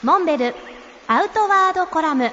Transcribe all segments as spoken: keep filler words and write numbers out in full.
モンベルアウトワードコラム。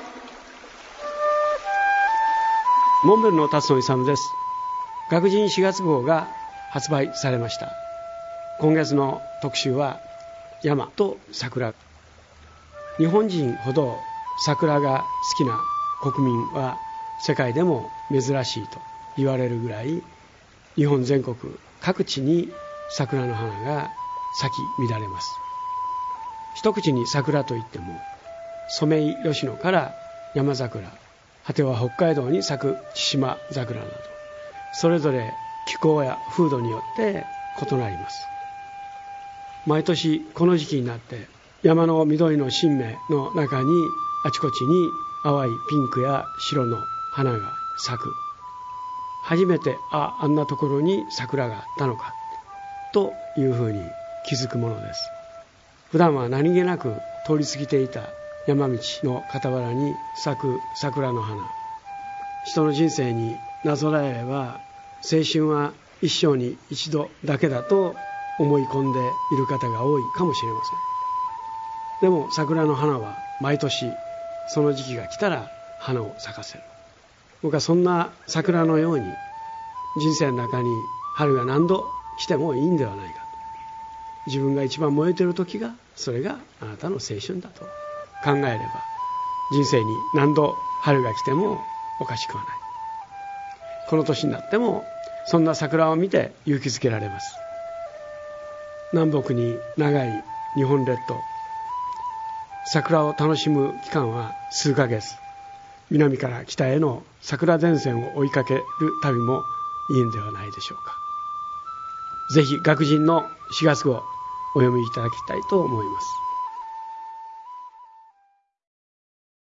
モンベルの辰野勇です。学人しがつ号が発売されました。今月の特集は山と桜。日本人ほど桜が好きな国民は世界でも珍しいと言われるぐらい、日本全国各地に桜の花が咲き乱れます。一口に桜といっても、ソメイヨシノから山桜、果ては北海道に咲く千島桜など、それぞれ気候や風土によって異なります。毎年この時期になって山の緑の新芽の中にあちこちに淡いピンクや白の花が咲く。初めてああんなところに桜があったのかというふうに気づくものです。普段は何気なく通り過ぎていた山道の傍らに咲く桜の花。人の人生になぞらえれば、青春は一生に一度だけだと思い込んでいる方が多いかもしれません。でも桜の花は毎年その時期が来たら花を咲かせる。僕はそんな桜のように、人生の中に春が何度来てもいいんではないかと。自分が一番燃えている時が、それがあなたの青春だと考えれば、人生に何度春が来てもおかしくはない。この年になってもそんな桜を見て勇気づけられます。南北に長い日本列島、桜を楽しむ期間は数ヶ月。南から北への桜前線を追いかける旅もいいんではないでしょうか。ぜひ学人のしがつ号お読みいただきたいと思います。